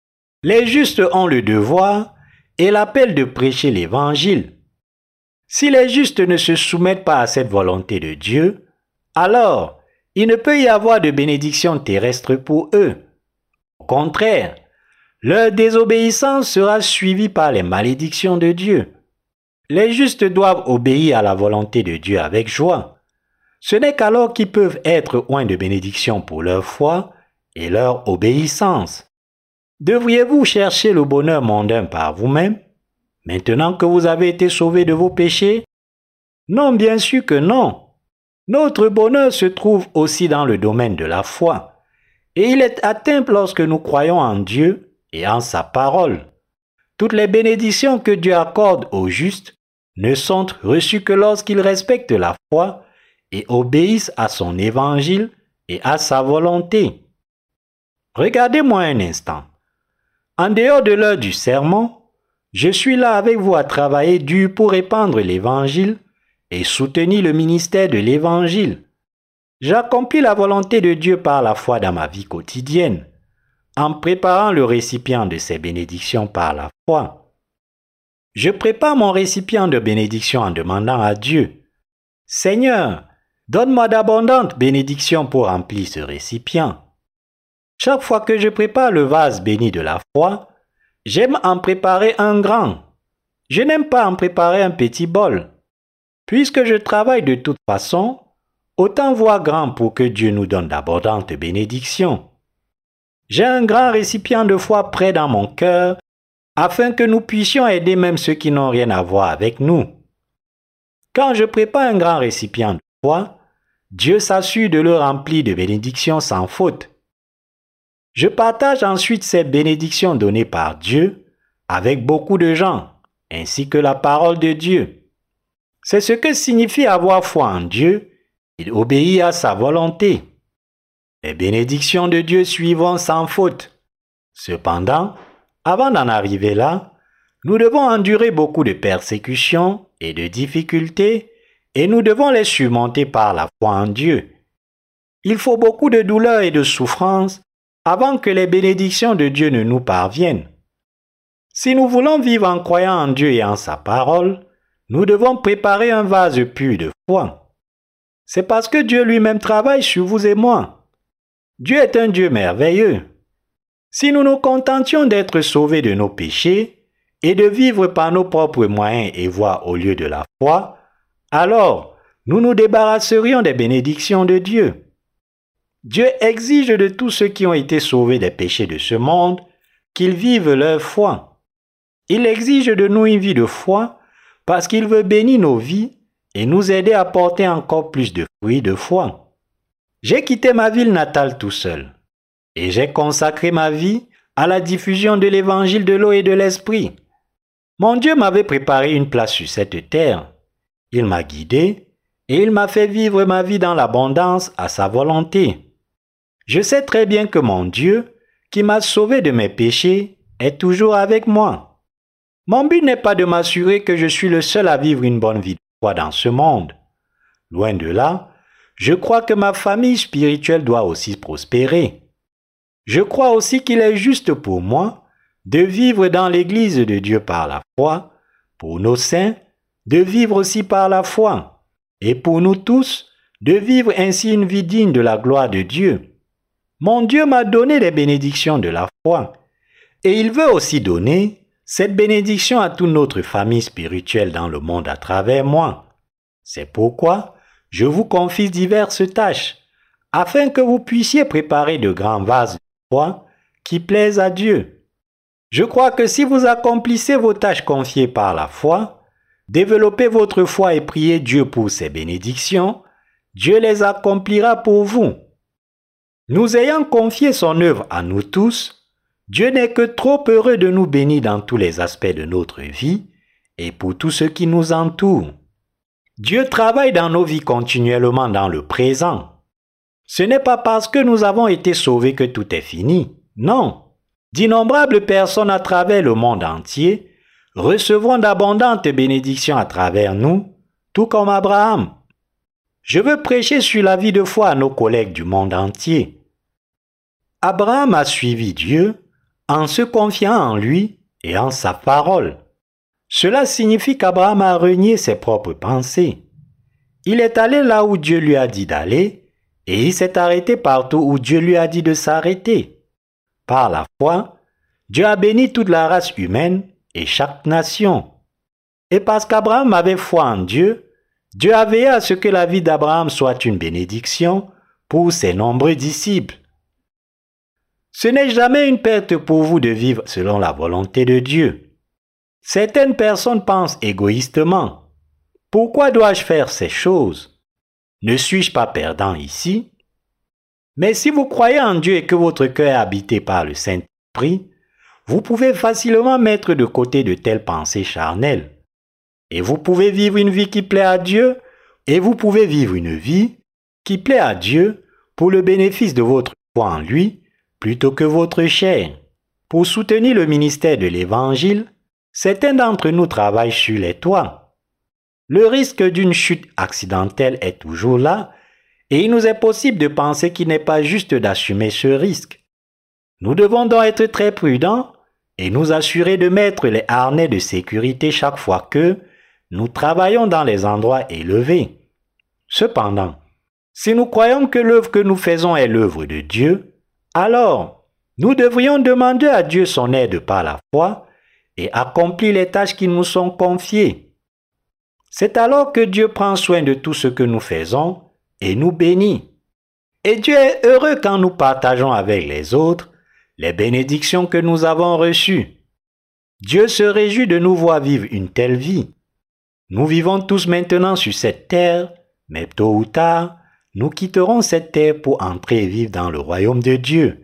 Les justes ont le devoir et l'appel de prêcher l'évangile. Si les justes ne se soumettent pas à cette volonté de Dieu, alors il ne peut y avoir de bénédiction terrestre pour eux. Au contraire, leur désobéissance sera suivie par les malédictions de Dieu. Les justes doivent obéir à la volonté de Dieu avec joie. Ce n'est qu'alors qu'ils peuvent être oints de bénédiction pour leur foi et leur obéissance. Devriez-vous chercher le bonheur mondain par vous-même, maintenant que vous avez été sauvés de vos péchés? Non, bien sûr que non. Notre bonheur se trouve aussi dans le domaine de la foi, et il est atteint lorsque nous croyons en Dieu et en sa parole. Toutes les bénédictions que Dieu accorde aux justes ne sont reçues que lorsqu'ils respectent la foi et obéissent à son évangile et à sa volonté. Regardez-moi un instant. En dehors de l'heure du sermon, je suis là avec vous à travailler dur pour répandre l'évangile et soutenir le ministère de l'évangile. J'accomplis la volonté de Dieu par la foi dans ma vie quotidienne, en préparant le récipient de ses bénédictions par la foi. Je prépare mon récipient de bénédictions en demandant à Dieu, « Seigneur, donne-moi d'abondantes bénédictions pour remplir ce récipient. » Chaque fois que je prépare le vase béni de la foi, j'aime en préparer un grand. Je n'aime pas en préparer un petit bol. Puisque je travaille de toute façon, autant voir grand pour que Dieu nous donne d'abondantes bénédictions. J'ai un grand récipient de foi prêt dans mon cœur, afin que nous puissions aider même ceux qui n'ont rien à voir avec nous. Quand je prépare un grand récipient de foi, Dieu s'assure de le remplir de bénédictions sans faute. Je partage ensuite ces bénédictions données par Dieu avec beaucoup de gens, ainsi que la parole de Dieu. C'est ce que signifie avoir foi en Dieu et obéir à sa volonté. Les bénédictions de Dieu suivront sans faute. Cependant, avant d'en arriver là, nous devons endurer beaucoup de persécutions et de difficultés et nous devons les surmonter par la foi en Dieu. Il faut beaucoup de douleur et de souffrance avant que les bénédictions de Dieu ne nous parviennent. Si nous voulons vivre en croyant en Dieu et en sa parole, nous devons préparer un vase pur de foi. C'est parce que Dieu lui-même travaille sur vous et moi. Dieu est un Dieu merveilleux. Si nous nous contentions d'être sauvés de nos péchés et de vivre par nos propres moyens et voies au lieu de la foi, alors nous nous débarrasserions des bénédictions de Dieu. Dieu exige de tous ceux qui ont été sauvés des péchés de ce monde qu'ils vivent leur foi. Il exige de nous une vie de foi parce qu'il veut bénir nos vies et nous aider à porter encore plus de fruits de foi. J'ai quitté ma ville natale tout seul et j'ai consacré ma vie à la diffusion de l'évangile de l'eau et de l'esprit. Mon Dieu m'avait préparé une place sur cette terre. Il m'a guidé et il m'a fait vivre ma vie dans l'abondance à sa volonté. Je sais très bien que mon Dieu, qui m'a sauvé de mes péchés, est toujours avec moi. Mon but n'est pas de m'assurer que je suis le seul à vivre une bonne vie de foi dans ce monde. Loin de là, je crois que ma famille spirituelle doit aussi prospérer. Je crois aussi qu'il est juste pour moi de vivre dans l'Église de Dieu par la foi, pour nos saints, de vivre aussi par la foi, et pour nous tous, de vivre ainsi une vie digne de la gloire de Dieu. Mon Dieu m'a donné les bénédictions de la foi, et il veut aussi donner cette bénédiction à toute notre famille spirituelle dans le monde à travers moi. C'est pourquoi je vous confie diverses tâches, afin que vous puissiez préparer de grands vases de foi qui plaisent à Dieu. Je crois que si vous accomplissez vos tâches confiées par la foi, développez votre foi et priez Dieu pour ses bénédictions, Dieu les accomplira pour vous. Nous ayant confié son œuvre à nous tous, Dieu n'est que trop heureux de nous bénir dans tous les aspects de notre vie et pour tout ce qui nous entoure. Dieu travaille dans nos vies continuellement dans le présent. Ce n'est pas parce que nous avons été sauvés que tout est fini. Non. D'innombrables personnes à travers le monde entier recevront d'abondantes bénédictions à travers nous, tout comme Abraham. Je veux prêcher sur la vie de foi à nos collègues du monde entier. Abraham a suivi Dieu en se confiant en lui et en sa parole. Cela signifie qu'Abraham a renié ses propres pensées. Il est allé là où Dieu lui a dit d'aller et il s'est arrêté partout où Dieu lui a dit de s'arrêter. Par la foi, Dieu a béni toute la race humaine et chaque nation. Et parce qu'Abraham avait foi en Dieu, Dieu a veillé à ce que la vie d'Abraham soit une bénédiction pour ses nombreux disciples. Ce n'est jamais une perte pour vous de vivre selon la volonté de Dieu. Certaines personnes pensent égoïstement. Pourquoi dois-je faire ces choses? Ne suis-je pas perdant ici? Mais si vous croyez en Dieu et que votre cœur est habité par le Saint-Esprit, vous pouvez facilement mettre de côté de telles pensées charnelles. Et vous pouvez vivre une vie qui plaît à Dieu, et vous pouvez vivre une vie qui plaît à Dieu pour le bénéfice de votre foi en lui, plutôt que votre chair. Pour soutenir le ministère de l'Évangile, certains d'entre nous travaillent sur les toits. Le risque d'une chute accidentelle est toujours là, et il nous est possible de penser qu'il n'est pas juste d'assumer ce risque. Nous devons donc être très prudents et nous assurer de mettre les harnais de sécurité chaque fois que nous travaillons dans les endroits élevés. Cependant, si nous croyons que l'œuvre que nous faisons est l'œuvre de Dieu, alors nous devrions demander à Dieu son aide par la foi et accomplir les tâches qui nous sont confiées. C'est alors que Dieu prend soin de tout ce que nous faisons et nous bénit. Et Dieu est heureux quand nous partageons avec les autres les bénédictions que nous avons reçues. Dieu se réjouit de nous voir vivre une telle vie. Nous vivons tous maintenant sur cette terre, mais tôt ou tard, nous quitterons cette terre pour entrer et vivre dans le royaume de Dieu.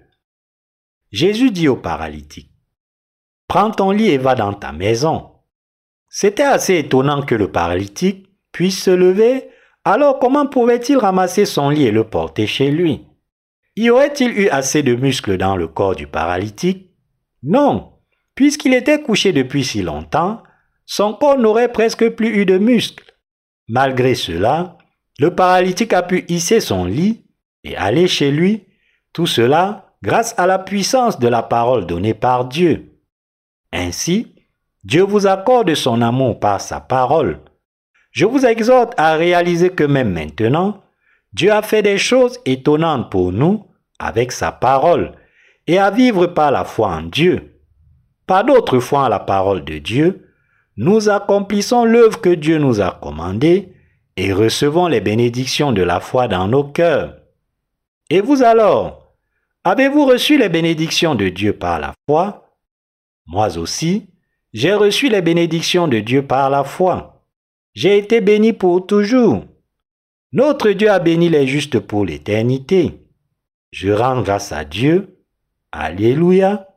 Jésus dit au paralytique, « Prends ton lit et va dans ta maison. » C'était assez étonnant que le paralytique puisse se lever, alors comment pouvait-il ramasser son lit et le porter chez lui? Y aurait-il eu assez de muscles dans le corps du paralytique? Non, puisqu'il était couché depuis si longtemps, son corps n'aurait presque plus eu de muscles. Malgré cela, le paralytique a pu hisser son lit et aller chez lui, tout cela grâce à la puissance de la parole donnée par Dieu. Ainsi, Dieu vous accorde son amour par sa parole. Je vous exhorte à réaliser que même maintenant, Dieu a fait des choses étonnantes pour nous avec sa parole et à vivre par la foi en Dieu. Par notre foi en la parole de Dieu, nous accomplissons l'œuvre que Dieu nous a commandée et recevons les bénédictions de la foi dans nos cœurs. Et vous alors, avez-vous reçu les bénédictions de Dieu par la foi? Moi aussi, j'ai reçu les bénédictions de Dieu par la foi. J'ai été béni pour toujours. Notre Dieu a béni les justes pour l'éternité. Je rends grâce à Dieu. Alléluia.